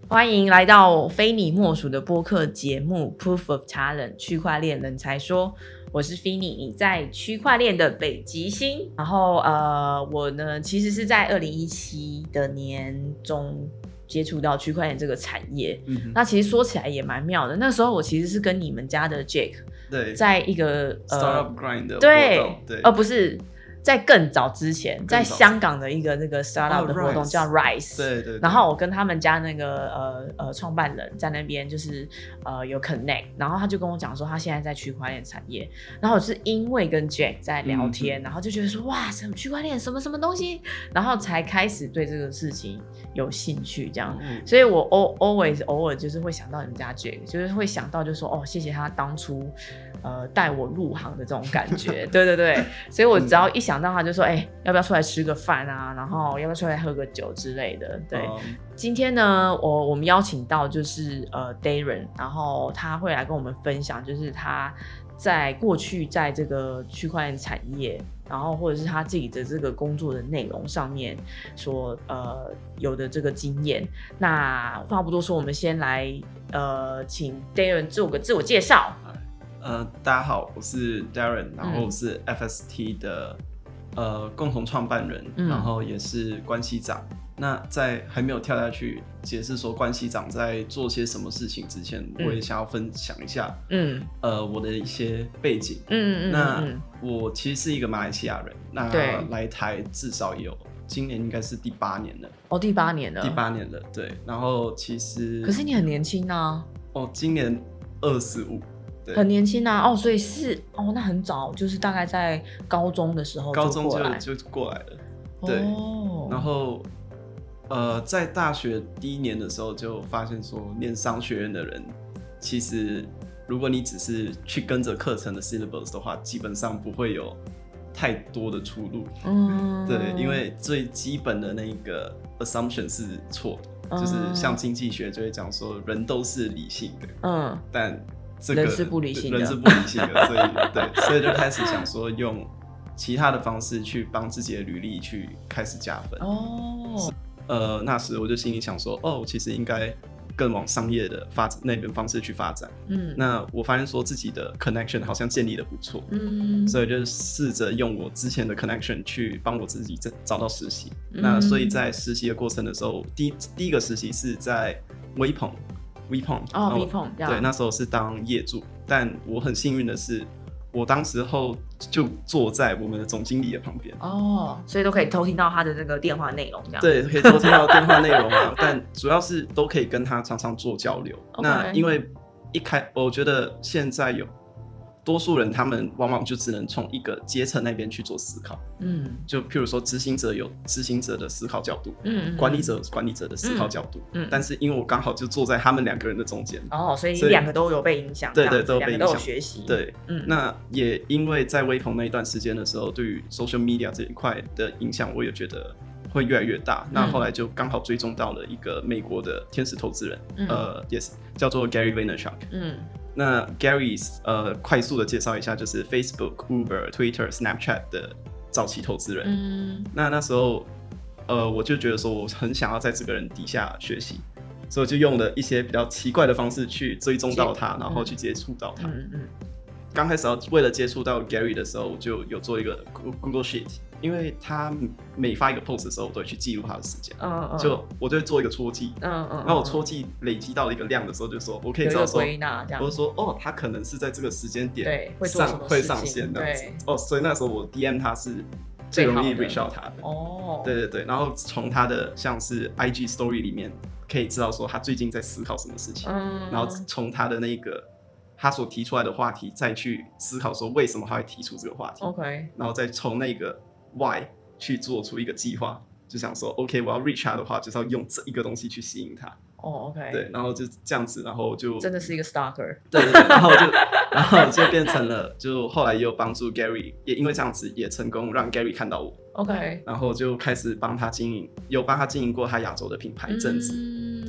欢迎来到非你莫属的播客节目 Proof of Talent 区块链人才说，我是 Finny， 你在区块链的北极星。然后我呢其实是在2017的年中接触到区块链这个产业。那其实说起来也蛮妙的，那时候我其实是跟你们家的 Jake 对在一个 Startup Grind 的对活动，对， 不是在更早之前，在香港的一个那个 startup 的活动叫 Rise， 对， 然后我跟他们家那个创办人在那边就是有 connect， 然后他就跟我讲说他现在在区块链产业，然后我是因为跟 Jack 在聊天，然后就觉得说哇，什么区块链什么什么东西，然后才开始对这个事情有兴趣这样，所以我偶尔就是会想到你们家 Jack， 就是会想到就是说哦，谢谢他当初带我入行的这种感觉，对，所以我只要一想到他就说要不要出来吃个饭啊，然后要不要出来喝个酒之类的。对，今天呢我们邀请到就是Darren， 然后他会来跟我们分享就是他在过去在这个区块链产业，然后或者是他自己的这个工作的内容上面所有的这个经验。那话不多说，我们先来请 Darren 做个自我介绍。 大家好，我是 Darren， 然后我是 FST 的共同创办人，然后也是关系长。那在还没有跳下去解释说关系长在做些什么事情之前，我也想要分享一下我的一些背景。那我其实是一个马来西亚人，那来台至少有今年应该是第8年了。哦， 第8年了， 第8年了，对。然后其实可是你很年轻啊。 哦，今年25。 很年轻啊，所以是那很早，就是大概在高中的时候就过来， 就过来了，对。然后在大学第1年的时候就发现说，念商学院的人，其实如果你只是去跟着课程的 syllabus 的话，基本上不会有太多的出路。对，因为最基本的那个 assumption 是错的，就是像经济学就会讲说，人都是理性的，但人是不理性的， 所以就开始想说用其他的方式去帮自己的履历去开始加分。那时我就心里想说，其实应该更往商业的发展那边方式去发展。那我发现说自己的 connection 好像建立的不错，所以就试着用我之前的 connection 去帮我自己找到实习。那所以在实习的过程的时候，第一个实习是在微朋。对，那时候是当业助，但我很幸运的是，我当时候就坐在我们的总经理的旁边， 所以都可以偷听到他的那个电话内容，这样。 对，可以偷听到电话内容啊，但主要是都可以跟他常常做交流。那因为我觉得现在有多数人，他们往往就只能从一个阶层那边去做思考。就譬如说，执行者有执行者的思考角度，管理者有管理者的思考角度。但是因为我刚好就坐在他们2个人的中间， 所以你2个都有被影响， 对，都有被影响， 都有学习。 对，那也因为在微朋那一段时间的时候，对于 social media 这一块的影响，我也觉得会越来越大。那后来就刚好追踪到了一个美国的天使投资人，也是叫做 Gary Vaynerchuk。那 Gary 快速的介绍一下，就是 Facebook、Uber、Twitter、Snapchat 的早期投资人。那时候我就觉得说我很想要在这个人底下学习，所以我就用了一些比较奇怪的方式去追踪到他，然后去接触到他。刚开始为了接触到 Gary 的时候，我就有做一个 Google Sheet， 因为他每发一个 post 的时候，我都会去记录他的时间。我就会做一个戳记。那我戳记累积到了一个量的时候，就说我可以知道说，我就说他可能是在这个时间点会上线这样子。所以那时候我 DM 他是最容易 reach out 他的。对，然后从他的像是 IG Story 里面可以知道说他最近在思考什么事情，然后从他的那个他所提出来的话题再去思考说为什么他会提出这个话题。然后再从那个 why 去做出一个计划，就想说 OK 我要 reach 他的话就是要用这一个东西去吸引他。对，然后就这样子，然后就真的是一个 stalker。 对，然后就变成了，就后来也有帮助 Gary， 也因为这样子也成功让 Gary 看到我。然后就开始帮他经营，有帮他经营过他亚洲的品牌一阵子。对，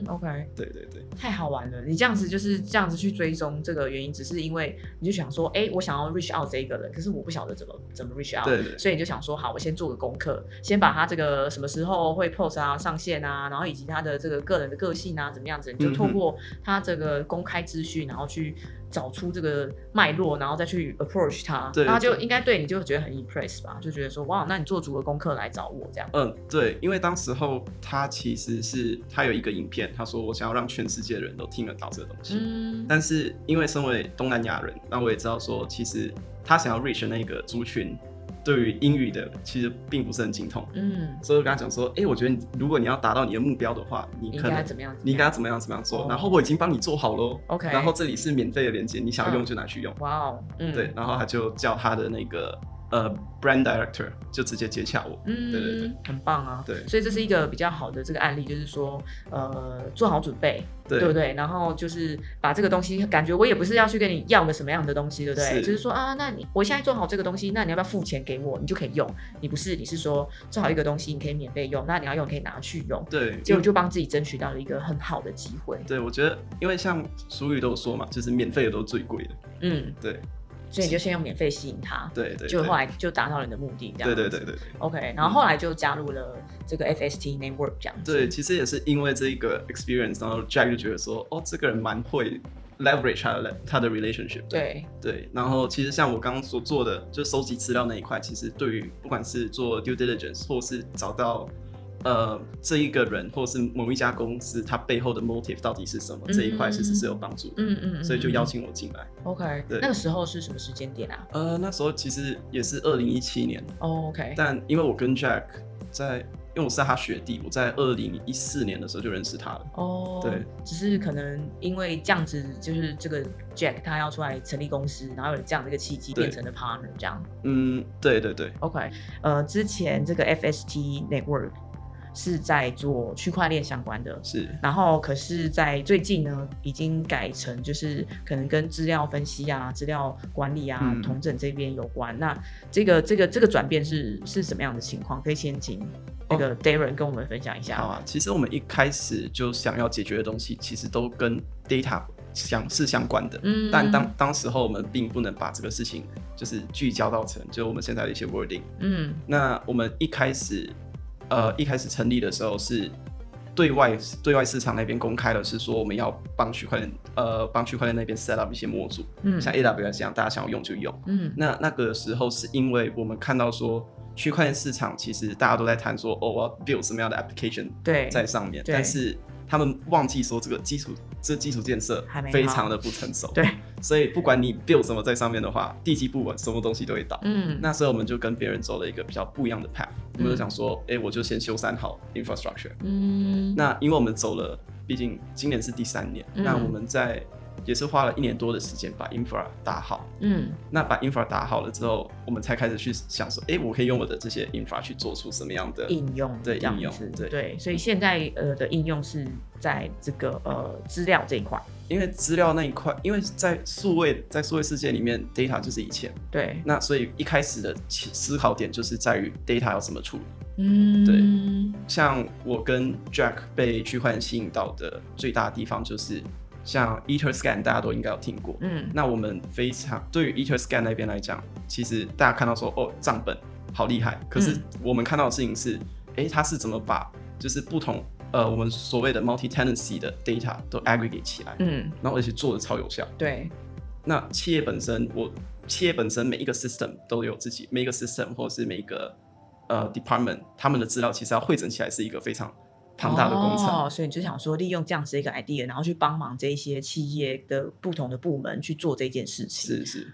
，OK， 对对对， 太好玩了。你这样子就是这样子去追踪这个原因，只是因为你就想说，我想要 reach out 这个人，可是我不晓得怎么 reach out， 对对， 所以你就想说，好，我先做个功课，先把他这个什么时候会 post 啊、上线啊，然后以及他的这个个人的个性啊怎么样子，你就透过他这个公开资讯，然后去找出这个脉络，然后再去 approach 他， 对， 然后就应该对你就觉得很 impress 吧，就觉得说，哇，那你做足了功课来找我这样。 对，因为当时候他其实是他有一个影片，他说我想要让全世界的人都听得到这个东西，但是因为身为东南亚人，那我也知道说，其实他想要 reach 的那个族群，对于英语的其实并不是很精通，所以我跟他讲说，我觉得如果你要达到你的目标的话，你应该怎么样做，然后我已经帮你做好了 ，OK， 然后这里是免费的链接，你想要用就拿去用， 哇哦， 对，然后他就叫他的那个brand director 就直接接洽我，对对对， 很棒啊， 对， 所以这是一个比较好的这个案例，就是说做好准备，对不对？然后就是把这个东西，感觉我也不是要去跟你要个什么样的东西，对不对？就是说啊，那我现在做好这个东西，那你要不要付钱给我，你就可以用？你是说做好一个东西，你可以免费用，那你要用可以拿去用， 对， 结果就帮自己争取到了一个很好的机会。 对，我觉得因为像俗语都有说嘛，就是免费的都是最贵的，对。 所以你就先用免费吸引他， 对对， 就后来就达到了你的目的，这样。 对 OK， 然后后来就加入了这个 FST Network 这样子。 对，其实也是因为这一个 experience， 然后 Jack 就觉得说，这个人蛮会 leverage 他的 relationship。对，然后其实像我刚刚所做的，就收集资料那一块，其实对于不管是做 due diligence， 或是找到这一个人或是某一家公司它背后的 motive 到底是什么，这一块其实是有帮助的，所以就邀请我进来。 OK， 那个时候是什么时间点啊？ 那时候其实也是2017年。 OK， 但因为我跟 Jack 因为我是他学弟，我在2014年的时候就认识他了。对， 只是可能因为这样子，就是这个 Jack 他要出来成立公司，然后有这样的一个契机，变成了 partner 这样。 对。 OK， 之前这个 FST Network 是在做区块链相关的， 是， 然后可是在最近呢，已经改成就是可能跟资料分析啊、资料管理啊、统整这边有关。那这个转变是什么样的情况？可以先请那个 Darren 跟我们分享一下。 好啊，其实我们一开始就想要解决的东西，其实都跟 data 是相关的，但当时候我们并不能把这个事情就是聚焦到成就我们现在的一些 wording。那我们一开始成立的时候是对外市场那边公开了，是说我们要帮区块链那边 set up 一些模组，像 AWS 这样，大家想要用就用。那个时候是因为我们看到说区块链市场其实大家都在谈说，我要 build 什么样的 application 在上面，但是他们忘记说这个基础建设非常的不成熟， 对， 所以不管你 build 什么在上面的话，地基不稳，什么东西都会倒。那时候我们就跟别人走了一个比较不一样的 path，我们就想说，我就先修缮好 infrastructure。那因为我们走了，毕竟今年是第3年，那我们也是花了1年多的时间把 infra 打好。那把 infra 打好了之后，我们才开始去想说，我可以用我的这些 infra 去做出什么样的应用？对，应用。对，所以现在的应用是在这个资料这一块。 因为资料那一块，因为在数位世界里面 ，data 就是一切。 对。 那所以一开始的思考点就是在于 data 要怎么处理。对。像我跟 Jack 被区块链吸引到的最大的地方就是。像 Etherscan 大家都应该有听过，那我们非常对于 Etherscan 那边来讲，其实大家看到说账本好厉害，可是我们看到的事情是，它是怎么把就是不同我们所谓的 multi tenancy 的 data 都 aggregate 起来，然后而且做的超有效。 对， 那企业本身每一个 system 都有自己每一个 system 或者是每一个department 他们的资料其实要汇整起来是一一个非常庞大的工程。 所以你就想说利用这样子一个 idea， 然后去帮忙这些企业的不同的部门去做这件事情。 是。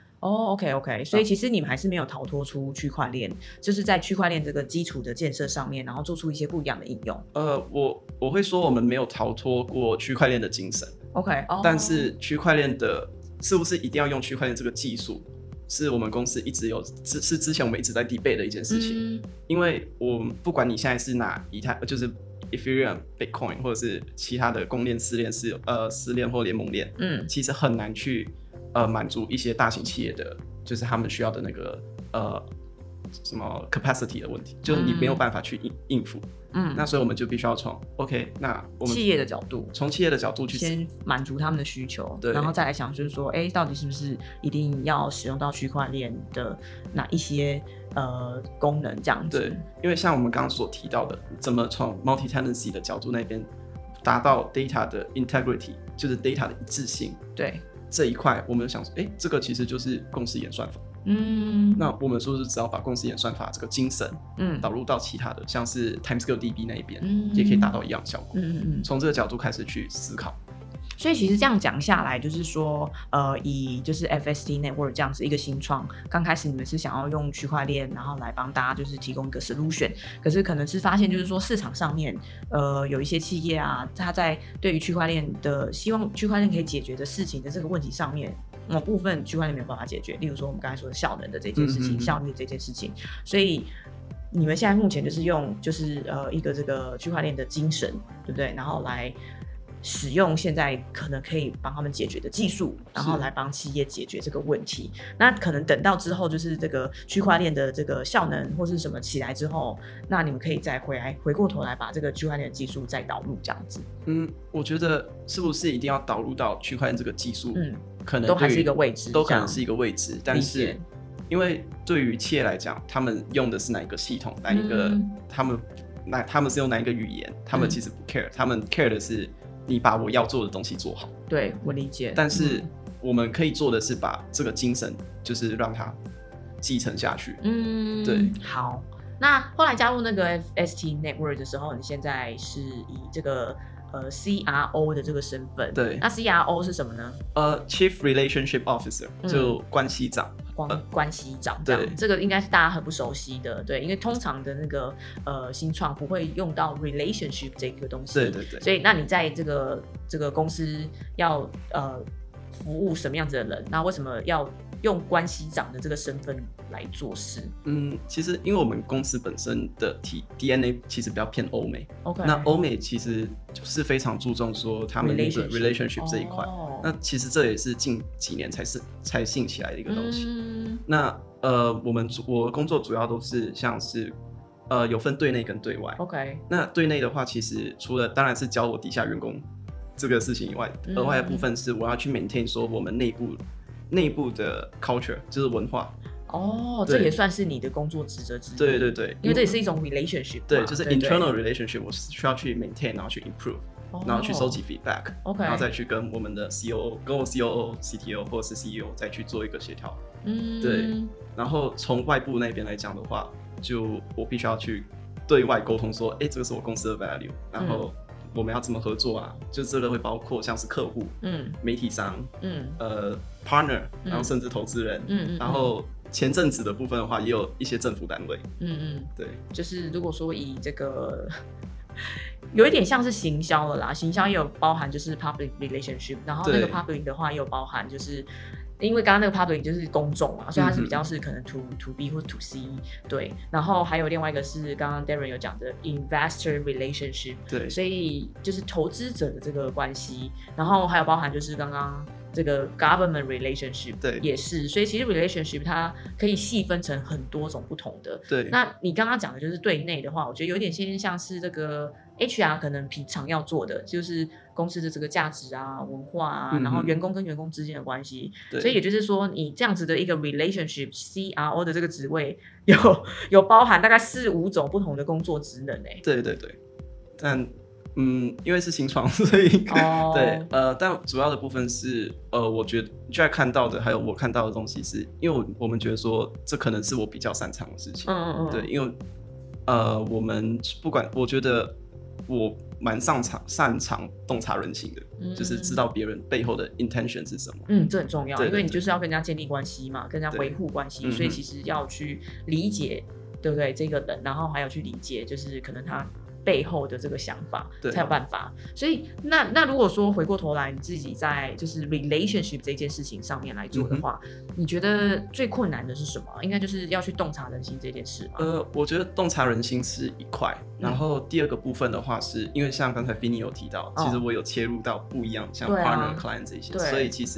OK， 所以其实你们还是没有逃脱出区块链，就是在区块链这个基础的建设上面，然后做出一些不一样的应用。 我会说我们没有逃脱过区块链的精神。 OK， 但是区块链的是不是一定要用区块链这个技术？是我们公司一直有，是之前我们一直在 debate 的一件事情。因为我们不管你现在是拿就是 Ethereum、Bitcoin 或者是其他的公链、私链或联盟链，其实很难去满足一些大型企业的，就是他们需要的那个什么 capacity 的问题，就是你没有办法去应付。那所以我们就必须要从 OK， 那我们企业的角度， 从企业的角度去先满足他们的需求， 对， 然后再来想就是说，到底是不是一定要使用到区块链的哪一些功能这样子？ 对，因为像我们刚刚所提到的，怎么从 multi tenancy 的角度那边达到 data 的 integrity， 就是 data 的一致性。 对， 这一块我们想说，这个其实就是共识演算法。那我们说是只要把共识演算法这个精神，导入到其他的，像是 Timescale DB 那一边，也可以达到一样效果。从这个角度开始去思考。 所以其实这样讲下来，就是说，以就是 FST Network 这样子一个新创，刚开始你们是想要用区块链，然后来帮大家就是提供一个 solution， 可是可能是发现就是说市场上面，有一些企业啊，它在对于区块链的希望区块链可以解决的事情的这个问题上面，某部分区块链没有办法解决，例如说我们刚才说的效能的这件事情，效率的这件事情，所以你们现在目前就是用就是一个这个区块链的精神，对不对？然后来使用现在可能可以帮他们解决的技术，然后来帮企业解决这个问题。那可能等到之后，就是这个区块链的这个效能或是什么起来之后，那你们可以再回过头来把这个区块链的技术再导入这样子。 我觉得是不是一定要导入到区块链这个技术？可能都还是一个未知， 都可能是一个未知。但是因为对于企业来讲，他们用的是哪一个系统，哪一个他们是用哪一个语言，他们其实不 care，他们 care 的是你把我要做的东西做好。 对，我理解。 但是我们可以做的是把这个精神，就是让它继承下去。对。 好，那后来加入那个 FST Network 的时候，你现在是以这个CRO 的这个身份。 对。 那 CRO 是什么呢 ？Chief Relationship Officer， 就关系长。 关系长这样，这个应该是大家很不熟悉的，对，因为通常的那个新创不会用到 relationship 这个东西， 对， 所以那你在这个公司要服务什么样子的人？那为什么要用关系长的这个身份来做事？ 其实因为我们公司本身的DNA 其实比较偏欧美， OK， 那欧美其实就是非常注重说他们的 relationship 这一块，那其实这也是近几年才兴起来的一个东西。那我工作主要都是像是有分对内跟对外。 OK， 那对内的话，其实除了当然是教我底下员工这个事情以外，额外的部分是我要去 maintain 说我们内部的 culture， 就是文化。 这也算是你的工作职责之一。 对， 因为这也是一种 relationship。 对，就是 internal relationship， 我是需要去 maintain， 然后去 improve，然后去收集 feedback， 然后再去跟我们的 COO、CTO 或者是 CEO 再去做一个协调。对。然后从外部那边来讲的话，就我必须要去对外沟通说，这个是我公司的 value， 然后我们要怎么合作啊？就这个会包括像是客户、媒体商、partner， 然后甚至投资人，然后前阵子的部分的话，也有一些政府单位。对， 就是如果说以这个有一点像是行销了啦，行销也有包含就是 public relationship， 然后那个 public 的话也有包含就是。因为刚刚那个 public 就是公众嘛，所以它是比较是可能 to B 或 to C， 对。然后还有另外一个是刚刚 Darren 有讲的 investor relationship， 对， 所以就是投资者的这个关系，然后还有包含就是刚刚这个 government relationship， 对， 也是。所以其实 relationship 它可以细分成很多种不同的。 对。 那你刚刚讲的就是对内的话，我觉得有点像是这个 HR 可能平常要做的，就是公司的这个价值啊、文化啊，然后员工跟员工之间的关系。所以也就是说，你这样子的一个 relationship CRO 的这个职位有包含大概4-5种不同的工作职能欸。 对，但因为是新创，所以对但主要的部分是我觉得 Jack 看到的还有我看到的东西是，因为我们觉得说这可能是我比较擅长的事情。对，因为我们不管，我觉得我蛮擅长洞察人心的，就是知道别人背后的 intention 是什么。 这很重要，因为你就是要跟人家建立关系嘛，跟人家维护关系，所以其实要去理解，对不对？这个人，然后还要去理解，就是可能他背后的这个想法，才有办法。所以那如果说回过头来，你自己在就是 relationship 这件事情上面来做的话，你觉得最困难的是什么？应该就是要去洞察人心这件事吗？ 我觉得洞察人心是一块，然后第二个部分的话是，因为像刚才 Finny 有提到，其实我有切入到不一样，像 partner、client 这些，所以其实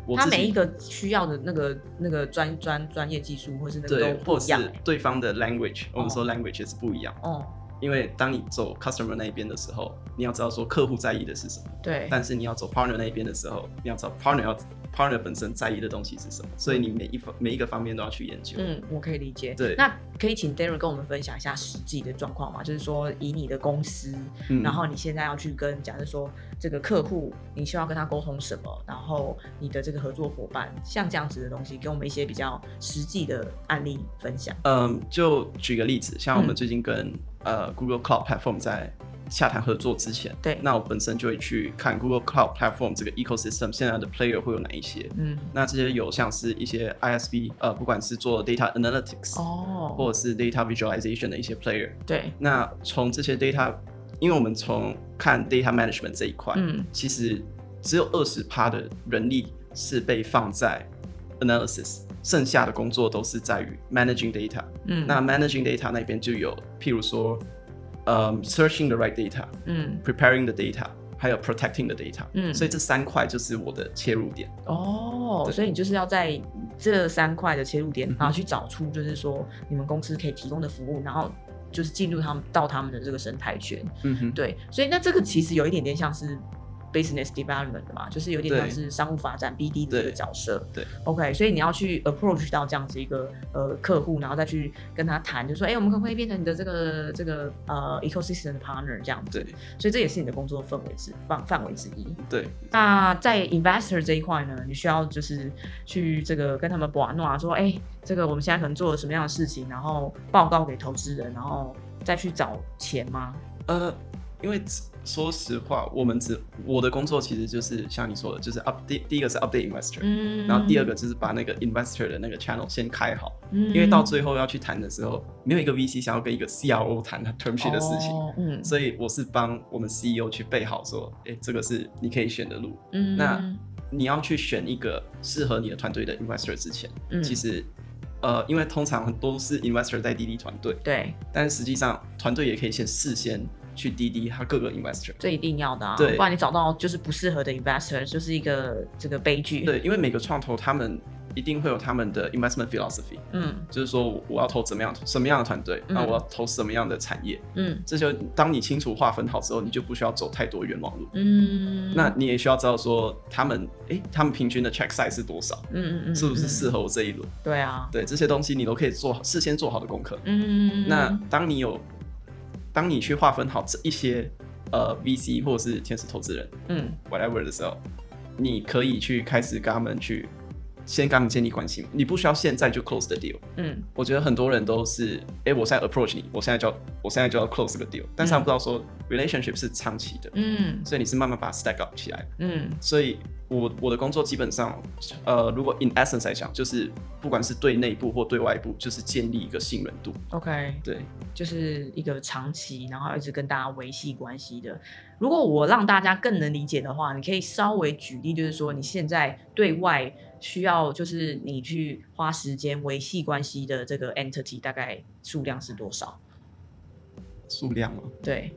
它每一个需要的那个专业技术或是那个都不一样， 或是对方的 language，我们说 language 也是不一样。因为当你走 customer 那一边的时候，你要知道说客户在意的是什么， 对。 但是你要走 partner 那一边的时候，你要知道 partner 本身在意的东西是什么，所以你每一个方面都要去研究。 我可以理解。 对， 那可以请 Darren 跟我们分享一下实际的状况吗？就是说，以你的公司，然后你现在要去跟，假设说这个客户，你需要跟他沟通什么，然后你的这个合作伙伴，像这样子的东西，给我们一些比较实际的案例分享。 就举个例子，像我们最近跟Google Cloud Platform 在洽谈合作之前， 对， 那我本身就会去看 Google Cloud Platform 这个 ecosystem 现在的 player 会有哪一些。那这些有像是一些 ISV，不管是做 data analytics，或者是 data visualization 的一些 player。 对， 那从这些 data， 因为我们从看 data management 这一块，其实只有20% 的人力是被放在 analysis， 剩下的工作都是在于 managing data。那 managing data 那边就有，譬如说searching the right data， preparing the data， 还有 protecting the data， 所以这3块就是我的切入点。 所以你就是要在这3块的切入点，然后去找出就是说你们公司可以提供的服务，然后就是进入到他们的这个生态圈。对，所以那这个其实有一点点像是business development 的嘛，就是有点像是商务发展 BD 的这个角色。 对 ，OK， 所以你要去 approach 到这样子一个客户，然后再去跟他谈，就说，我们可不可以变成你的这个ecosystem 的 partner 这样子？ 对， 所以这也是你的工作范围之一。 对， 那在 investor 这一块呢，你需要就是去这个跟他们把诺说，这个我们现在可能做了什么样的事情，然后报告给投资人，然后再去找钱吗？ 因为说实话，我的工作其实就是像你说的，就是第一个是 update investor，然后第二个就是把那个 investor 的那个 channel 先开好，因为到最后要去谈的时候，没有一个 VC 想要跟一个 CRO 谈 term sheet 的事情，所以我是帮我们 CEO 去备好说，这个是你可以选的路，那你要去选一个适合你的团队的 investor 之前，其实因为通常都是 investor 在滴滴团队， 对， 但实际上团队也可以事先去滴滴他各个 investor， 这一定要的啊， 对， 不然你找到就是不适合的 investor， 就是一个这个悲剧。 对，因为每个创投他们一定会有他们的 investment philosophy，就是说我要投什么样的团队，然后我要投什么样的产业，这就当你清楚划分好之后，你就不需要走太多冤枉路，那你也需要知道说他们平均的 check size 是多少，是不是适合我这一轮？ 对啊， 对，这些东西你都可以事先做好的功课，那当你去划分好这一些VC 或者是天使投资人whatever 的时候，你可以去开始跟他们先跟他们建立关系，你不需要现在就 close the deal。我觉得很多人都是，我现在 approach 你，我现在就要 close 这个 deal， 但是他不知道说 relationship 是长期的，所以你是慢慢把它 stack up 起来的。所以我的工作基本上，如果 in essence 来讲，就是不管是对内部或对外部，就是建立一个信任度。 OK， 对， 就是一个长期，然后一直跟大家维系关系的。如果我让大家更能理解的话，你可以稍微举例，就是说你现在对外需要，就是你去花时间维系关系的这个 entity 大概数量是多少？ 数量吗？ 对。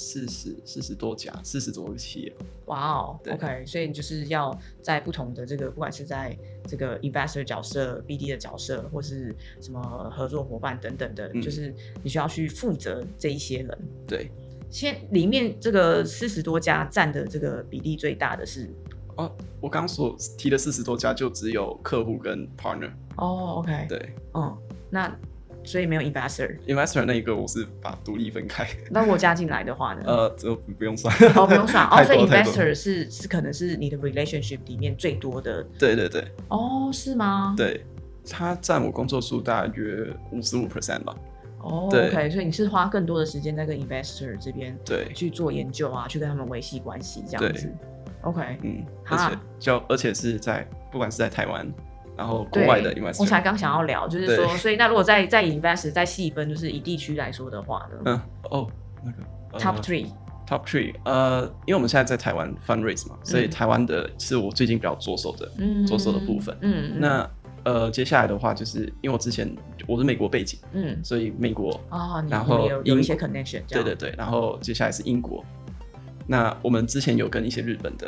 40多家，40多个企业。 哇哦 ，OK， 所以你就是要在不同的这个，不管是在这个 investor 角色、BD 的角色，或是什么合作伙伴等等的，就是你需要去负责这一些人。 对， 里面这个40多家占的这个比例最大的是？ 我刚所提的40多家就只有客户跟 partner。 OK， 对， 那。所以没有 investor 那一个我是把独立分开。 那我加进来的话呢？ 这不用算。 不用算。所以 investor 是可能是你的 relationship 里面最多的。 对对对。 是吗？ 对，他占我工作数大约 55% 吧。 OK， 所以你是花更多的时间在跟 investor 这边对去做研究啊，去跟他们维系关系这样子。OK， 而且是不管是在台湾。然后国外的 investor， 我才刚想要聊，就是说，所以那如果在 investor 在细分，就是以地区来说的话呢？ 那个 top three， 因为我们现在在台湾 fundraise 嘛，所以台湾的是我最近比较着手的部分。那接下来的话，就是因为我是美国背景，所以美国然后有一些 connection， 对对对，然后接下来是英国。那我们之前有跟一些日本的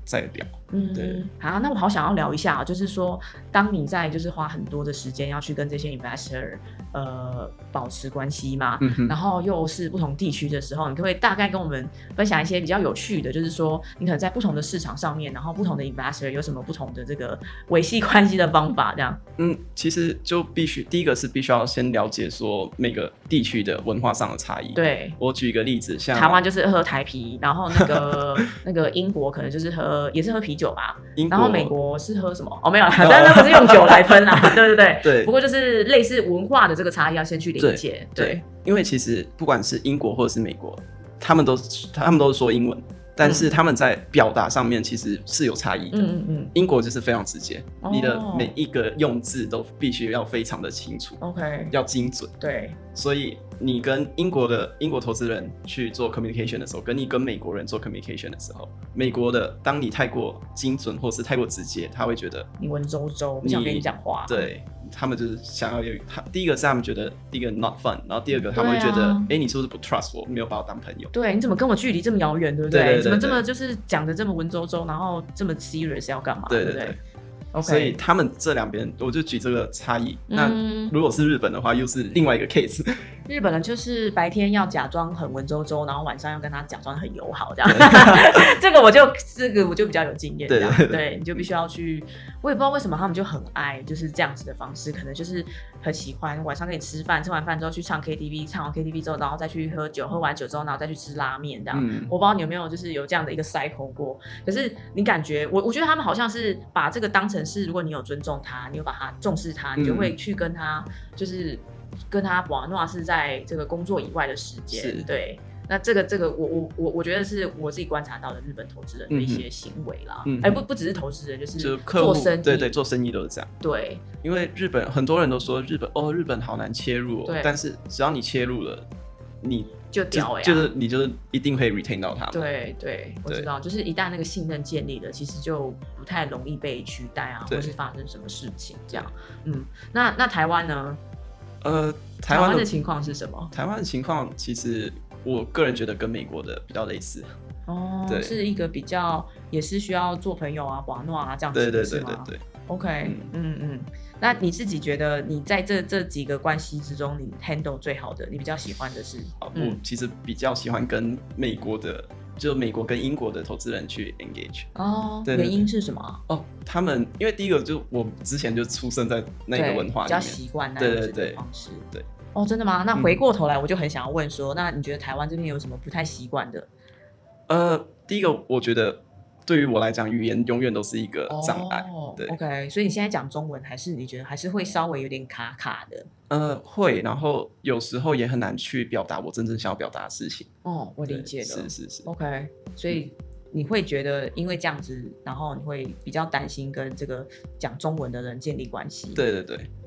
再聊。对。 好，那我好想要聊一下，就是说，当你在就是花很多的时间要去跟这些 investor 保持关系嘛，然后又是不同地区的时候，你可不可以大概跟我们分享一些比较有趣的，就是说你可能在不同的市场上面，然后不同的 investor 有什么不同的这个维系关系的方法？这样。 其实就第一个是必须要先了解说每个地区的文化上的差异。 对， 我举一个例子，像台湾就是喝台啤，然后那个英国可能就是也是喝啤酒吧，然后美国是喝什么？没有啦，但那不是用酒来分啦，对对对。 对。 不过就是类似文化的这个差异要先去理解。对， 因为其实不管是英国或者是美国，他们都是说英文。但是他们在表达上面其实是有差异的。英国就是非常直接，你的每一个用字都必须要非常的清楚 ，OK， 要精准。 对， 所以你跟英国投资人去做 communication 的时候，跟你跟美国人做 communication 的时候，美国的当你太过精准或是太过直接，他会觉得你文绉绉，不想跟你讲话。 对。他们就是想要第一个是他们觉得第一个 not fun， 然后第二个他们会觉得，你是不是不 trust 我，没有把我当朋友？ 对，你怎么跟我距离这么遥远，对不对？ 对， 怎么这么就是讲的这么文绉绉，然后这么 serious 要干嘛？对不对？Okay. 所以他们这两边，我就举这个差异。那如果是日本的话，又是另外一个 case。 日本人就是白天要假装很文绉绉，然后晚上要跟他假装很友好，这样。这个我就比较有经验，对，你就必须要去。我也不知道为什么他们就很爱就是这样子的方式，可能就是很喜欢晚上跟你吃饭，吃完饭之后去唱 KTV， 唱完 KTV 之后，然后再去喝酒，喝完酒之后，然后再去吃拉面这样。我不知道你有没有就是有这样的一个 cycle 过。可是你感觉我觉得他们好像是把这个当成是，如果你有尊重他，你有把他重视他，你就会去跟他就是跟他玩闹是在这个工作以外的时间。对。那这个我觉得是我自己观察到的日本投资人的一些行为啦。不只是投资人，就是做生意， 对，做生意都是这样。 对， 因为日本很多人都说日本好难切入但是只要你切入了，你就屌呀， 就是你就是一定会 retain 到他们。 对，我知道，就是一旦那个信任建立了，其实就不太容易被取代啊，或是发生什么事情这样。那台湾呢？台湾的情况是什么？ 台湾的情况其实我个人觉得跟美国的比较类似。 对，是一个比较也是需要做朋友啊、玩闹啊这样子，对。OK， 那你自己觉得你在这几个关系之中，你 handle 最好的，你比较喜欢的是？ 我其实比较喜欢跟美国跟英国的投资人去 engage。 原因是什么？ 他们因为第一个就我之前就出生在那个文化里面， 比较习惯那样子的方式。 对。 真的吗？那回过头来，我就很想要问说，那你觉得台湾这边有什么不太习惯的？ 第一个，我觉得对于我来讲，语言永远都是一个障碍。对 ，OK， 所以你现在讲中文，还是你觉得还是会稍微有点卡卡的？ 会，然后有时候也很难去表达我真正想要表达的事情。 我理解了。 是。 OK， 所以你会觉得因为这样子，然后你会比较担心跟这个讲中文的人建立关系。 对。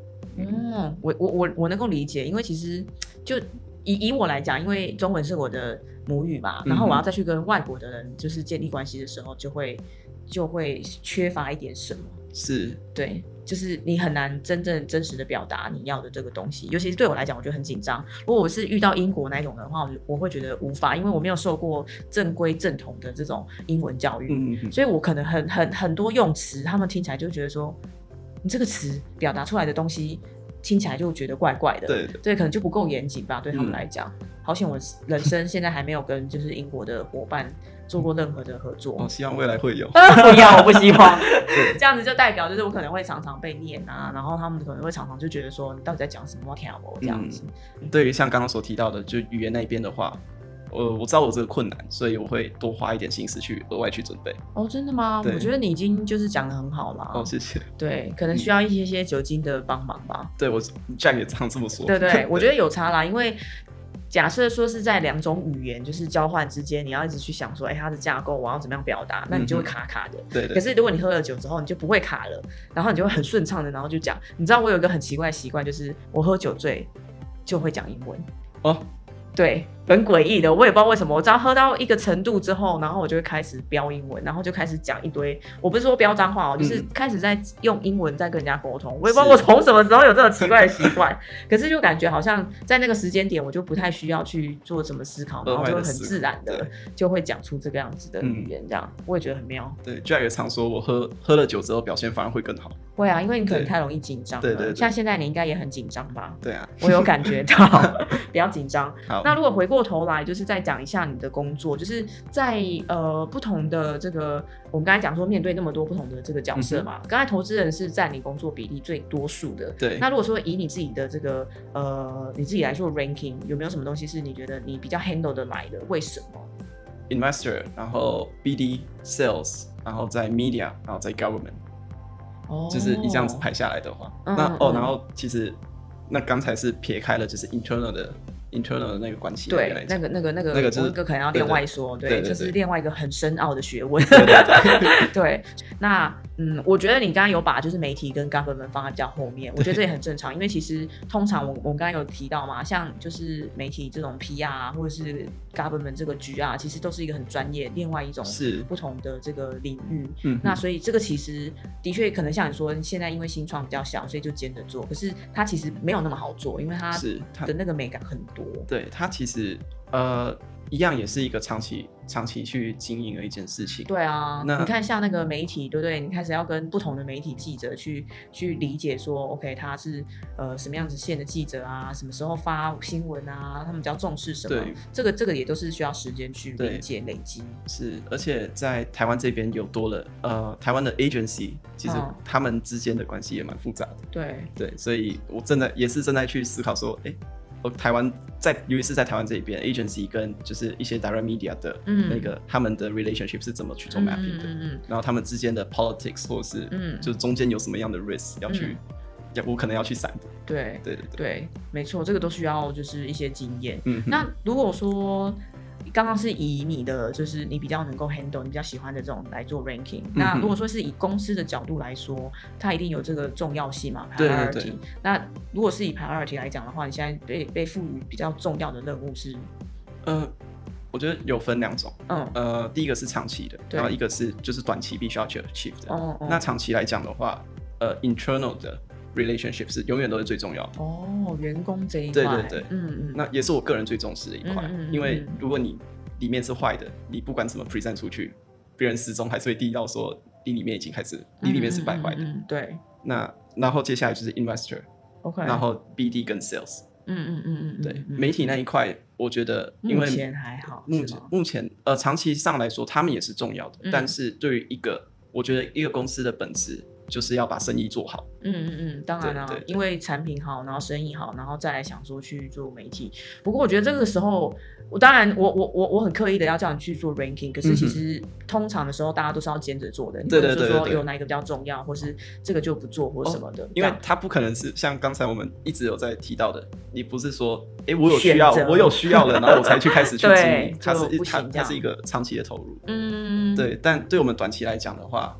我能够理解，因为其实就以我来讲，因为中文是我的母语嘛，然后我要再去跟外国的人就是建立关系的时候，就会缺乏一点什么。 是， 对，就是你很难真实的表达你要的这个东西，尤其是对我来讲，我觉得很紧张。如果我是遇到英国那种的话，我会觉得无法，因为我没有受过正规正统的这种英文教育，所以我可能很多用词，他们听起来就觉得说，你这个词表达出来的东西听起来就觉得怪怪的，对，可能就不够严谨吧，对他们来讲。好险我人生现在还没有跟就是英国的伙伴做过任何的合作。 希望未来会有。 不要，我不希望。这样子就代表就是我可能会常常被念啊，然后他们可能会常常就觉得说你到底在讲什么，我听不懂这样子。 对于像刚刚所提到的，就语言那边的话，我知道我这个困难，所以我会多花一点心思去额外去准备。 真的吗？我觉得你已经就是讲得很好了。 谢谢。 对，可能需要一些酒精的帮忙吧。 对，我 Jack 也常这么说。 对，我觉得有差啦，因为假设说是在两种语言就是交换之间，你要一直去想说，它的架构我要怎么样表达，那你就会卡卡的。 对。 可是如果你喝了酒之后，你就不会卡了，然后你就会很顺畅的，然后就讲。你知道我有一个很奇怪的习惯，就是我喝酒醉就会讲英文。对， 很诡异的，我也不知道为什么。我只要喝到一个程度之后，然后我就会开始飙英文，然后就开始讲一堆。我不是说飙脏话哦，就是开始在用英文在跟人家沟通。我也不知道我从什么时候有这种奇怪的习惯，可是就感觉好像在那个时间点，我就不太需要去做什么思考，然后就会很自然的就会讲出这个样子的语言，这样我也觉得很妙。 对 ，Jack 也常说我喝了酒之后表现反而会更好。 会啊，因为你可能太容易紧张了。 对， 像现在你应该也很紧张吧？ 对啊， 我有感觉到，不要紧张。 好， 那如果回过头来，就是再讲一下你的工作，就是在不同的这个，我们刚才讲说面对那么多不同的这个角色嘛，刚才投资人是占你工作比例最多数的。 对。 那如果说以你自己的这个你自己来做 ranking， 有没有什么东西是你觉得你比较 handle 的来的？为什么 ？Investor， 然后 BD Sales， 然后在 Media， 然后在 Government。就是以这样子排下来的话，然后其实那刚才是撇开了就是 internal 的那个关系。 对，那个就是我可能要另外说，对，这是另外一个很深奥的学问。对，那我觉得你刚刚有把就是媒体跟 government 放在比较后面，我觉得这也很正常，因为其实通常我们刚刚有提到嘛，像就是媒体这种 PR 啊，或者是 government 这个局啊，其实都是一个很专业，另外一种不同的这个领域。那所以这个其实的确可能像你说，现在因为新创比较小，所以就兼着做，可是它其实没有那么好做，因为它的那个美感很多。 对，它其实一样也是一个长期去经营的一件事情。 对啊，你看像那个媒体，对不对？你开始要跟不同的媒体记者去理解说 ，OK， 他是什么样子线的记者啊，什么时候发新闻啊，他们比较重视什么？这个也都是需要时间去理解累积。是， 而且在台湾这边有多了台湾的 agency， 其实他们之间的关系也蛮复杂的。对，所以我也是正在去思考说，台湾尤其是在台湾这一边 ，agency 跟就是一些 direct media 的那个他们的 relationship 是怎么去做 mapping 的，然后他们之间的 politics 或者是就是中间有什么样的 risk 我可能要去闪的。对，没错，这个都需要就是一些经验。那如果说刚刚是以你的就是你比较能够 handle 你比较喜欢的这种来做 ranking，那如果说是以公司的角度来说，它一定有这个重要性嘛 priority。对。那如果是以 priority 来讲的话，你现在被赋予比较重要的任务是？ 我觉得有分两种。第一个是长期的，然后一个是就是短期必须要去 achieve 的。那长期来讲的话，internal 的relationship 是永远都是最重要的。员工这一块。对。那也是我个人最重视的一块，因为如果你里面是坏的，你不管怎么 present 出去，别人始终还是会递到说你里面已经开始，你里面是败坏的。对。那然后接下来就是 investor， 然后 BD 跟 sales。对，媒体那一块，我觉得因为目前还好， 目前长期上来说，他们也是重要的，但是对于我觉得一个公司的本质就是要把生意做好。当然啦，因为产品好，然后生意好，然后再来想说去做媒体。不过我觉得这个时候，当然我很刻意的要叫你去做 ranking， 可是其实通常的时候大家都是要兼着做的。你不是说有哪一个比较重要，或是这个就不做或什么的。 因为它不可能是像刚才我们一直有在提到的，你不是说我有需要了，然后我才去开始去经营。它是一个长期的投入。对，但对我们短期来讲的话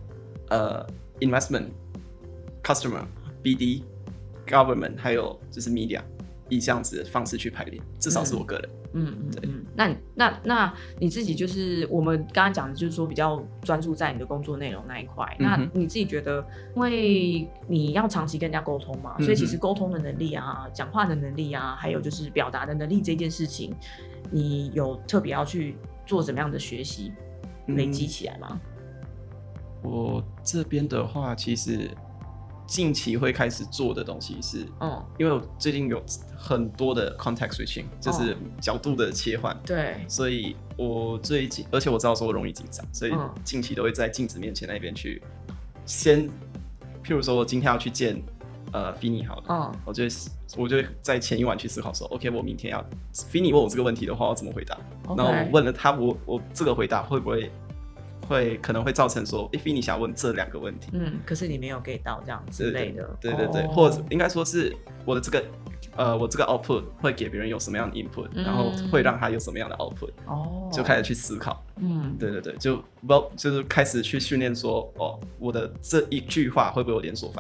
，investment、customer、BD、government 还有就是 media， 以这样子的方式去排列，至少是我个人。 那你自己就是我们刚刚讲的，就是说比较专注在你的工作内容那一块。那你自己觉得，因为你要长期跟人家沟通嘛，所以其实沟通的能力啊、讲话的能力啊，还有就是表达的能力这件事情，你有特别要去做怎么样的学习累积起来吗？ 我这边的话，其实近期会开始做的东西是，因为我最近有很多的 context switching， 就是角度的切换。对，所以我最近，而且我知道说我容易紧张，所以近期都会在镜子面前那边去先，譬如说我今天要去见Finny 好了，我就在前一晚去思考说 ，OK， 我明天要 Finny 问我这个问题的话，我怎么回答？然后我问了他，我这个回答会不会可能会造成说，Finny 想问这2个问题， 可是你没有 get 到这样之类的， 对，或者应该说是我的这个output 会给别人有什么样的 input，然后会让他有什么样的 output，就开始去思考，对，就是开始去训练说，我的这一句话会不会有连锁反应，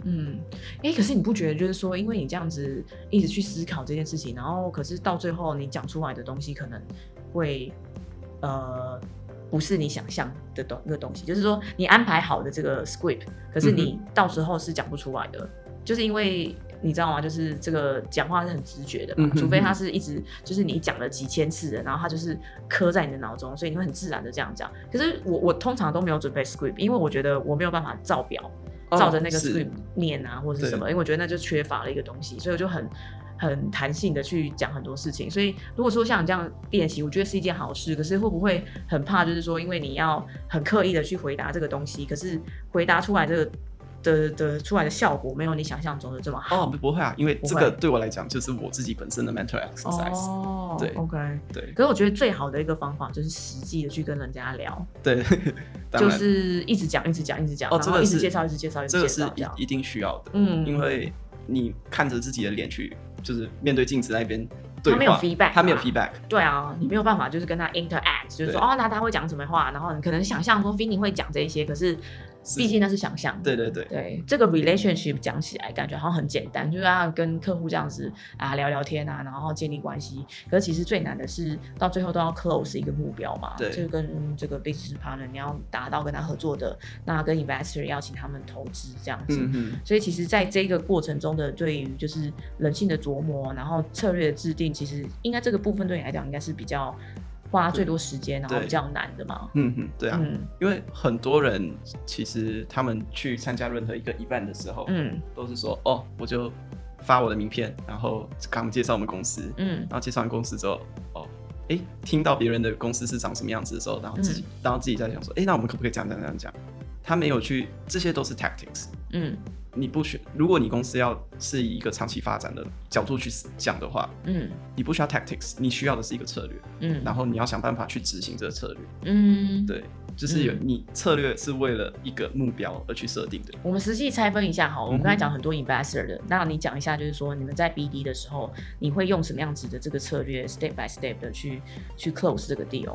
可是你不觉得就是说，因为你这样子一直去思考这件事情，然后可是到最后你讲出来的东西可能会不是你想象的那个东西，就是说你安排好的这个 script， 可是你到时候是讲不出来的，就是因为你知道吗？就是这个讲话是很直觉的嘛，除非他是一直就是你讲了几千次的，然后他就是刻在你的脑中，所以你会很自然的这样讲。可是我通常都没有准备 script， 因为我觉得我没有办法照表照着那个 script 念啊，或者是什么，因为我觉得那就缺乏了一个东西，所以我就很弹性的去讲很多事情。所以如果说像你这样练习，我觉得是一件好事。可是会不会很怕，就是说因为你要很刻意的去回答这个东西，可是回答出来这个出来的效果没有你想象中的这么好？ 不会啊，因为这个对我来讲就是我自己本身的 mental exercise。对 ，OK， 对。 可是我觉得最好的一个方法就是实际的去跟人家聊， 对， 就是一直讲，然后一直介绍， 这个是一定需要的，因为你看着自己的脸去，就是面对镜子那边对话，他没有 feedback， 对啊，你没有办法就是跟他 interact， 就是说那他会讲什么话，然后你可能想象说 Vinny 会讲这一些，可是毕竟那是想象。对，这个 relationship 讲起来感觉好像很简单，就是要跟客户这样子聊聊天啊，然后建立关系。可是其实最难的是到最后都要 close 一个目标嘛，就跟这个 business partner 你要达到跟他合作的，那跟 investor 要请他们投资这样子。所以其实在这个过程中的对于就是人性的琢磨，然后策略的制定，其实应该这个部分对你来讲应该是比较花最多时间，然后比较难的嘛。 对啊，因为很多人其实他们去参加任何一个 event 的时候，都是说我就发我的名片，然后刚介绍我们公司，然后介绍完公司之后，听到别人的公司是长什么样子的时候，然后自己在想说，那我们可不可以这样讲？他没有去，这些都是 tactics。你不需，如果你公司要是以一个长期发展的角度去讲的话，你不需要 tactics， 你需要的是一个策略，然后你要想办法去执行这个策略，对，就是你策略是为了一个目标而去设定的。 我们实际拆分一下好，我们刚才讲很多 investor 的，那你讲一下，就是说你们在 BD 的时候，你会用什么样子的这个策略 ，step by step 的去 close 这个 deal？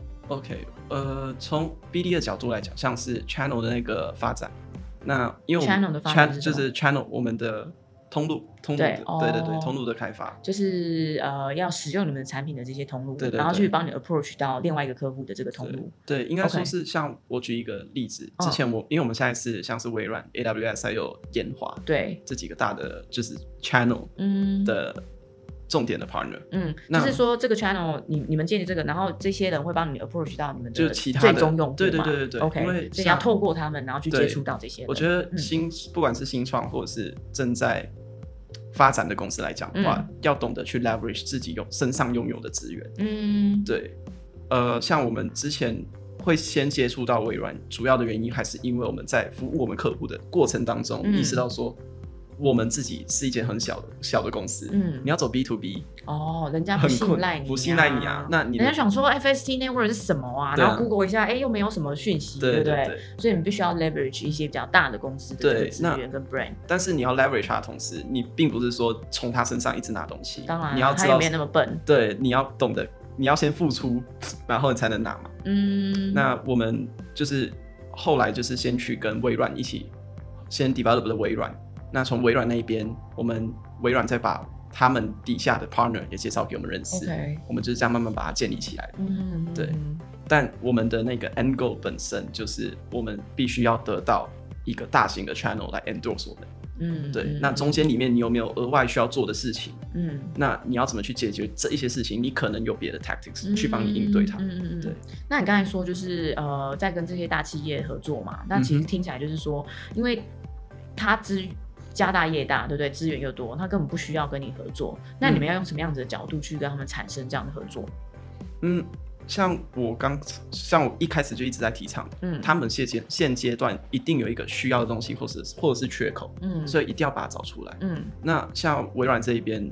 OK， 从 BD 的角度来讲，像是 channel 的那个发展。那因为我们 channel 的发展就是 channel 我们的通路的对，通路的开发， 就是要使用你们的产品的这些通路，然后去帮你 approach 到另外一个客户的这个通路。 对，应该说是像我举一个例子，之前因为我们现在是像是微软、AWS 还有研华， 对这几个大的就是 channel 的重点的 partner， 就是说这个 channel 你们建立这个，然后这些人会帮你 approach 到你们的其他最终用户嘛？ 对 ，OK， 因为所以要透过他们，然后去接触到这些人。 我觉得不管是新创或者是正在发展的公司来讲的话，要懂得去 leverage 自己身上拥有的资源。对，像我们之前会先接触到微软，主要的原因还是因为我们在服务我们客户的过程当中，意识到说，我们自己是一间很小的公司，你要走 B to B， 人家不信赖你啊， 那人家想说 FST Network 是什么啊？然后 Google 一下，又没有什么讯息，对不对？所以你必须要 leverage 一些比较大的公司的这个资源跟 brand。 但是你要 leverage 它的同时，你并不是说从他身上一直拿东西， 当然， 你要知道他也没那么笨， 对，你要懂得，你要先付出，然后你才能拿嘛。那我们就是后来就是先去跟微软一起先 develop 的微软。那从微软那一边，我们微软再把他们底下的 partner 也介绍给我们认识，我们就是这样慢慢把它建立起来。对。但我们的那个 end goal 本身就是我们必须要得到一个大型的 channel 来 endorse 我们。对。那中间里面你有没有额外需要做的事情？那你要怎么去解决这一些事情？你可能有别的 tactics 去帮你应对它。对。 那你刚才说就是在跟这些大企业合作嘛？那其实听起来就是说，因为他家大业大，对不对？资源又多，他根本不需要跟你合作。那你们要用什么样子的角度去跟他们产生这样的合作？ 像我一开始就一直在提倡的，他们现阶段一定有一个需要的东西，或者是缺口，所以一定要把它找出来。那像微软这一边，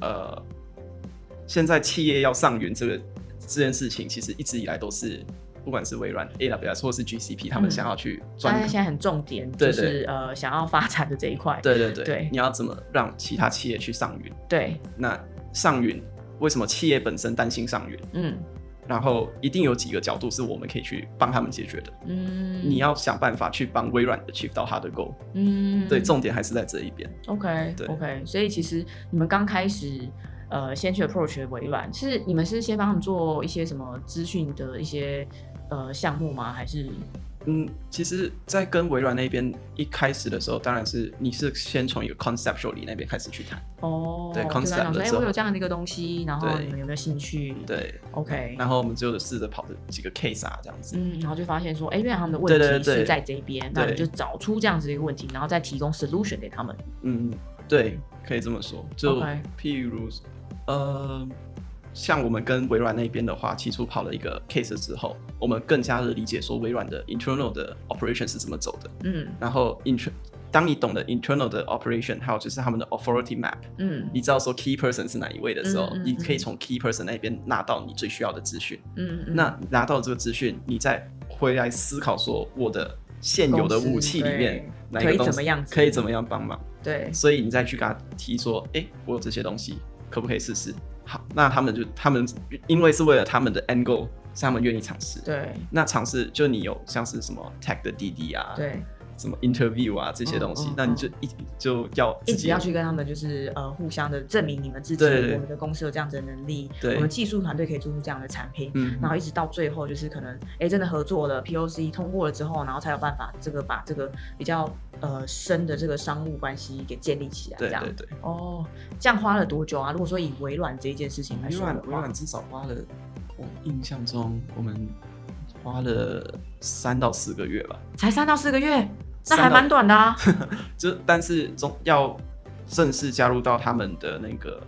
现在企业要上云这件事情，其实一直以来都是。不管是微软、AWS 或是 GCP， 他们想要去专， 现在很重点，就是想要发展的这一块。 对，你要怎么让其他企业去上云？ 对， 那上云为什么企业本身担心上云？ 然后一定有几个角度是我们可以去帮他们解决的。你要想办法去帮微软 achieve 到他的 goal。对，重点还是在这一边。 OK， 所以其实你们刚开始先去 approach 微软，你们是先帮他们做一些什么资讯的一些项目吗？还是？ 其实，在跟微软那边一开始的时候，当然是你是先从一个 conceptually 那边开始去谈。对 concept 的时候， 我有这样的一个东西，然后你们有没有兴趣？ 对 ，OK。 然后我们就试着跑的几个 case 这样子。 然后就发现说，原来他们的问题是在这边，那你就找出这样子的一个问题，然后再提供 solution 给他们。 对，可以这么说。就譬如，像我们跟微软那边的话，起初跑了一个 case 之后，我们更加的理解说微软的 internal 的 operation 是怎么走的。然后当你懂得 internal 的 operation， 还有就是他们的 authority map，你知道说 key person 是哪一位的时候，你可以从 key person 那边拿到你最需要的资讯。那拿到这个资讯，你再回来思考说我的现有的武器里面哪一个东西可以怎么样帮忙。 对， 所以你再去跟他提说，我有这些东西，可不可以试试？好，那他们因为是为了他们的 end goal， 是他们愿意尝试。 对， 那尝试就你有像是什么 tech 的滴滴啊， 对， 什么 interview 啊这些东西，那你就要一直要去跟他们就是互相的证明你们自己，我们的公司有这样子的能力，我们技术团队可以做出这样的产品，然后一直到最后就是可能真的合作了 POC 通过了之后，然后才有办法把这个比较深的这个商务关系给建立起来。这样对这样花了多久啊？如果说以微软这一件事情来说的话， 微软至少花了，我印象中我们花了3到4个月吧。才 3到4个月？那还蛮短的啊。 但是要正式加入到他们的那个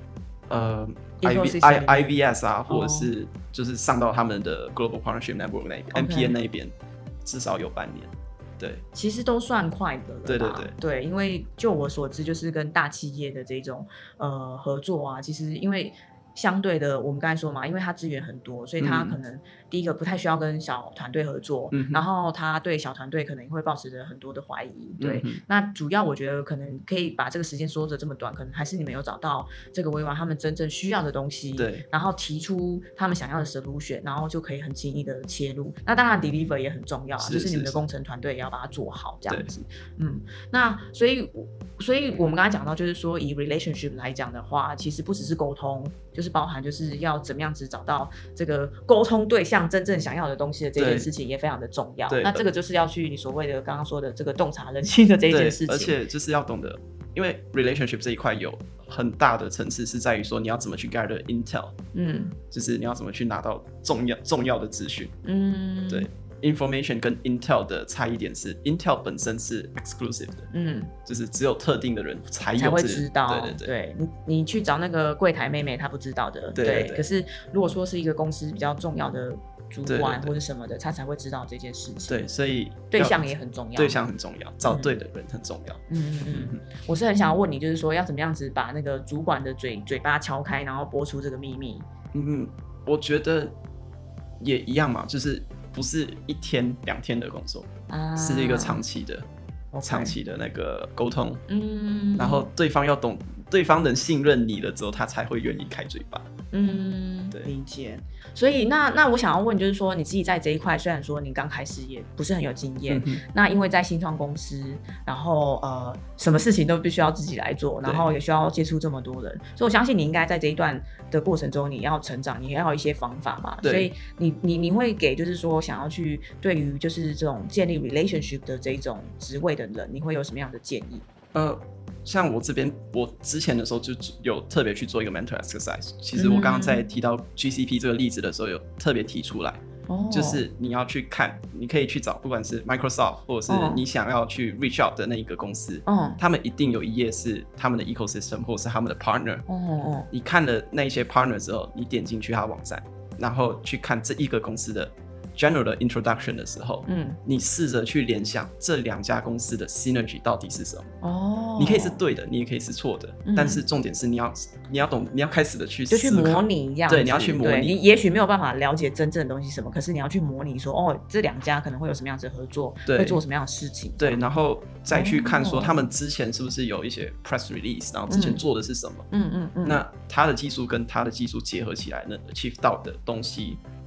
IVS 啊，或者是就是上到他们的 Global Partnership Network 那边 MPN 那边，至少有半年。对， 其实都算快的了吧。对，因为就我所知，就是跟大企业的这种合作啊，其实因为相对的，我们刚才说嘛，因为它资源很多，所以它可能第一个不太需要跟小团队合作，然后他对小团队可能会抱持着很多的怀疑。对，那主要我觉得可能可以把这个时间说着这么短，可能还是你们有找到这个微软他们真正需要的东西，对，然后提出他们想要的 solution， 然后就可以很轻易的切入。那当然 deliver 也很重要，就是你们的工程团队也要把它做好这样子。那所以我们刚才讲到，就是说以 relationship 来讲的话，其实不只是沟通，就是包含就是要怎么样子找到这个沟通对象真正想要的东西的这件事情也非常的重要。那这个就是要去你所谓的刚刚说的这个洞察人心的这件事情， 而且就是要懂得，因为 relationship 这一块有很大的层次是在于说你要怎么去 gather intel， 就是你要怎么去拿到重要的资讯。对。information 跟 Intel 的差异点是 Intel 本身是 exclusive 的，就是只有特定的人才会知道。对，你去找那个柜台妹妹，她不知道的。对，可是如果说是一个公司比较重要的主管或者什么的，他才会知道这件事情。 对，所以对象也很重要， 对象很重要，找对的人很重要。 我是很想要问你，就是说要怎么样子把那个主管的嘴巴敲开，然后播出这个秘密。 我觉得也一样嘛，就是不是1天2天的工作，是一个长期的那个沟通。然后对方要懂，对方能信任你了之后，他才会愿意开嘴巴。对， 理解。所以那我想要问，就是说你自己在这一块，虽然说你刚开始也不是很有经验，那因为在新创公司，然后什么事情都必须要自己来做，然后也需要接触这么多人，所以我相信你应该在这一段的过程中，你要成长，你要有一些方法嘛。所以你会给就是说想要去对于就是这种建立 relationship 的这种职位的人，你会有什么样的建议？ 像我这边，我之前的时候就有特别去做一个 mentor exercise。其实我刚刚在提到 GCP 这个例子的时候，有特别提出来，就是你要去看，你可以去找，不管是 Microsoft 或者是你想要去 reach out 的那一个公司，他们一定有一页是他们的 ecosystem 或者是他们的 partner。你看了那一些 partner 之后，你点进去他的网站，然后去看这一个公司的general 的 introduction 的时候，你试着去联想这2家公司的 synergy 到底是什么。你可以是对的，你也可以是错的，但是重点是你要懂，你要开始的去思考， 就去模拟一样。 对，你要去模拟。 你也许没有办法了解真正的东西是什么，可是你要去模拟说，这2家可能会有什么样子的合作，会做什么样的事情。 对，然后再去看说他们之前是不是有一些 press release， 然后之前做的是什么。那他的技术跟他的技术结合起来，那 achieve 到的东西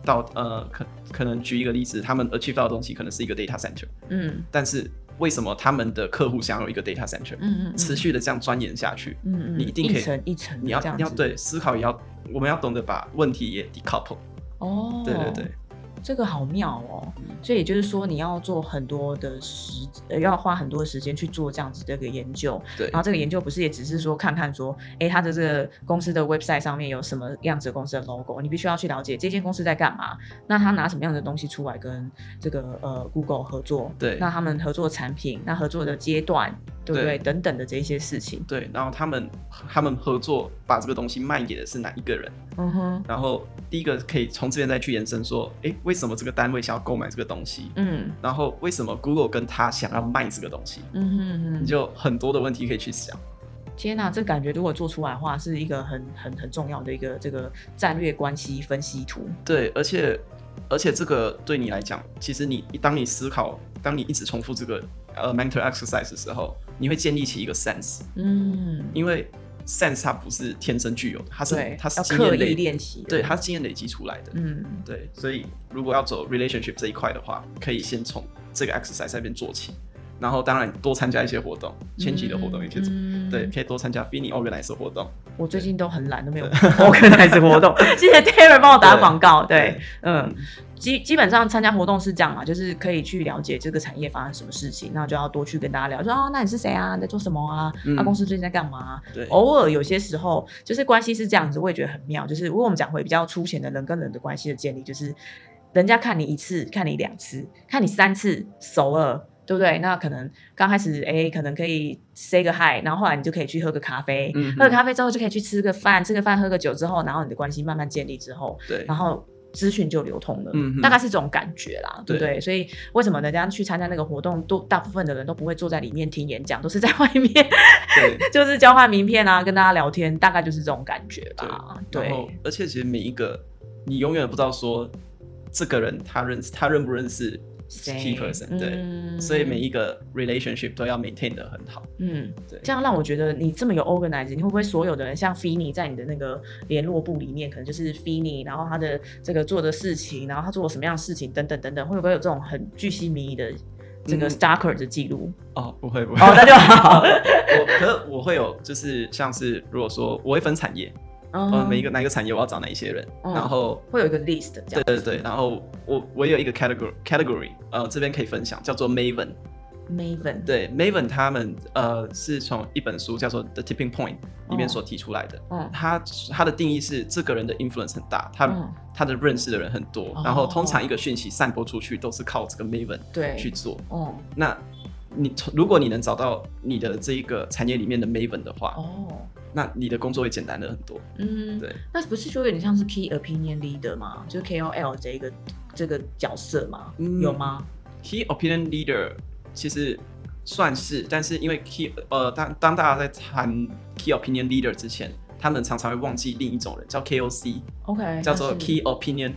到可能举一个例子，他们 achieve 到的东西可能是一个 data center，但是为什么他们的客户想要有一个 data center？持续的这样钻研下去，你一定可以一层一层你要对思考，我们要懂得把问题也 decouple。对对对。 这个好妙哦，所以也就是说，你要做很多的要花很多的时间去做这样子的一个研究。 对。 然后这个研究不是也只是说看看说，他的这个公司的 website 上面有什么样子的公司的 logo， 你必须要去了解这间公司在干嘛，那他拿什么样的东西出来跟这个Google 合作， 对， 那他们合作的产品，那合作的阶段，对不对？等等的这些事情。 对，然后他们合作把这个东西卖给的是哪一个人？然后第一个可以从这边再去延伸说，为什么这个单位想要购买这个东西？然后为什么 Google 跟他想要卖这个东西？你就很多的问题可以去想。 天哪，这感觉如果做出来的话，是一个很重要的一个这个战略关系分析图。 对，而且这个对你来讲，其实当你思考，当你一直重复这个mental exercise 的时候，你会建立起一个 sense。因为 sense 它不是天生具有的，它是经验刻意练习的， 对，它是经验累积出来的。对，所以如果要走 relationship 这一块的话，可以先从这个 exercise 那边做起，然后当然多参加一些活动，前期的活动也可以对，可以多参加 Feeny organize 的活动。 我最近都很懒，都没有 organize 活动。谢谢 Darren 帮我打广告。对，基本上参加活动是这样嘛，就是可以去了解这个产业发生什么事情，那就要多去跟大家聊，说那你是谁啊？你在做什么啊？公司最近在干嘛？ 对， 偶尔有些时候就是关系是这样子，我也觉得很妙。就是如果我们讲回比较粗浅的人跟人的关系的建立，就是人家看你1次，看你2次，看你3次熟了。对不对？那可能刚开始可能可以 say 个 hi， 然后后来你就可以去喝个咖啡，喝个咖啡之后就可以去吃个饭，喝个酒之后，然后你的关系慢慢建立之后， 对， 然后资讯就流通了，大概是这种感觉啦，对不对？所以为什么人家去参加那个活动，大部分的人都不会坐在里面听演讲，都是在外面，对，就是交换名片啊，跟大家聊天，大概就是这种感觉吧。对， 然后而且其实每一个你永远不知道说这个人他认不认识key person， 对，所以每一个 relationship 都要 maintain 得很好。对， 这样让我觉得你这么有 organize， 你会不会所有的人像 Feeny 在你的那个联络簿里面，可能就是 Feeny， 然后他的这个做的事情，然后他做了什么样的事情等等等等，会不会有这种很巨细靡遗的这个 stalker 的记录？ 不会， 那就好。 可是我会有，就是像是如果说我会分产业。哪一个产业我要找哪一些人，然后会有一个 list 这样。 对，然后我有一个 category， 这边可以分享，叫做 Maven。对 Maven 他们是从一本书叫做 The Tipping Point 里面所提出来的。他的定义是这个人的 influence 很大，他的认识的人很多，然后通常一个讯息散播出去都是靠这个 Maven 去做。那如果你能找到你的这一个产业里面的 Maven 的话，那你的工作会简单了很多。对， 那不是就有点像是 Key Opinion Leader 吗？就是 KOL 这个角色吗？有吗 ？Key Opinion Leader 其实算是，但是因为当大家在谈 Key Opinion Leader 之前，他们常常会忘记另一种人，叫 KOC， 叫做 Key Opinion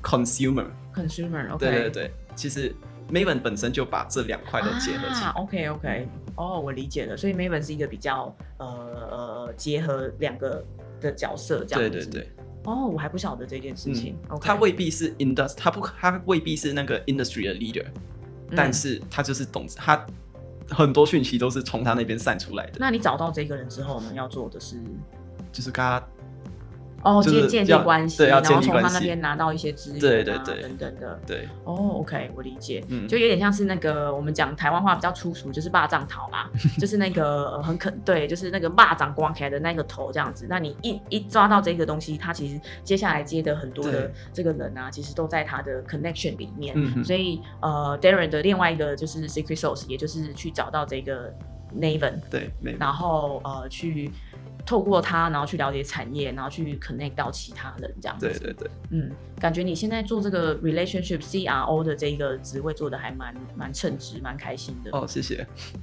Consumer。对，其实 Maven 本身就把这2块都结合起来。 OK， 我理解了。所以 Maven 是一个比较结合2个的角色这样子。对。我还不晓得这件事情。 他未必是他未必是那个 industry 的 leader，但是他就是懂，他很多讯息都是从他那边散出来的。 那你找到这个人之后呢，要做的是就是跟他。 建立关系， 然后从他那边拿到一些资源对等等的。 对 ，OK， 我理解。就有点像是那个我们讲台湾话比较粗俗，就是霸掌头啦，就是那个对，就是那个霸掌光起来的那个头这样子。那你一抓到这个东西，他其实接下来接的很多的这个人啊，其实都在他的 connection 里面。所以Darren 的另外一个就是 secret sauce， 也就是去找到这个 Maven， 对， 然后去透过他，然后去了解产业，然后去 connect 到其他人这样子。 对， 感觉你现在做这个 relationship CRO 的这个职位做的还蛮称职，蛮开心的。 谢谢。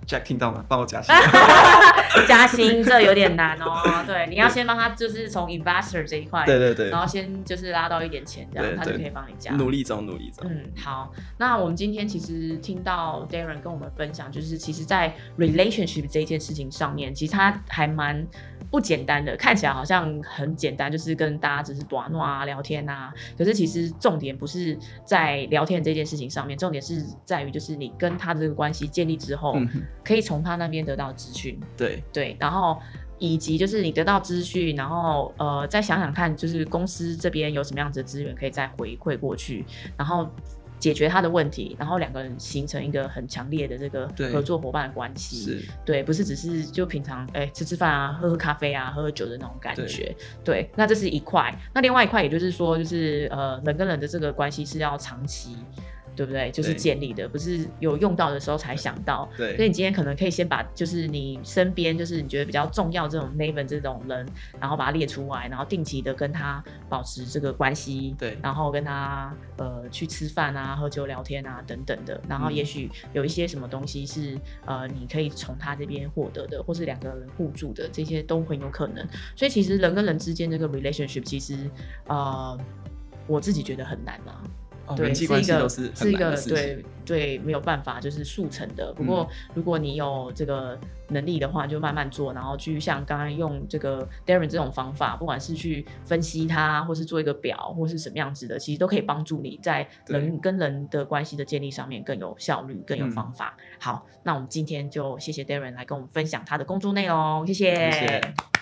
Jack 听到吗？帮我加薪。 加薪这有点难哦。对，你要先帮他就是从 investor 这一块， 对， 然后先就是拉到一点钱，这样他就可以帮你加。 努力中。 好，那我们今天其实听到 Darren 跟我们分享，就是其实在 relationship 这一件事情上面，其实他还蛮不简单的，看起来好像很简单，就是跟大家只是玩啊聊天啊，可是其实重点不是在聊天这件事情上面，重点是在于就是你跟他的这个关系建立之后，可以从他那边得到资讯，对，然后以及就是你得到资讯，然后再想想看，就是公司这边有什么样子的资源可以再回馈过去，然后解决他的问题，然后两个人形成一个很强烈的这个合作伙伴的关系。对，不是只是就平常吃饭啊，喝喝咖啡啊，喝喝酒的那种感觉。对，那这是一块。那另外一块也就是说，就是人跟人的这个关系是要长期。对不对？就是建立的，不是有用到的时候才想到。 对， 所以你今天可能可以先把，就是你身边就是你觉得比较重要这种 neighbor 这种人，然后把它列出来，然后定期的跟他保持这个关系。 对， 然后跟他去吃饭啊、喝酒聊天啊等等的，然后也许有一些什么东西是你可以从他这边获得的，或是两个人互助的，这些都很有可能。所以其实人跟人之间这个 relationship 其实我自己觉得很难啊。对， 人际关系都是很难的事情， 对，没有办法就是速成的。不过如果你有这个能力的话，就慢慢做，然后去像刚刚用这个 Darren 这种方法，不管是去分析它，或是做一个表，或是什么样子的，其实都可以帮助你在人跟人的关系的建立上面更有效率、更有方法。好，那我们今天就谢谢 Darren 来跟我们分享他的工作内容，谢谢。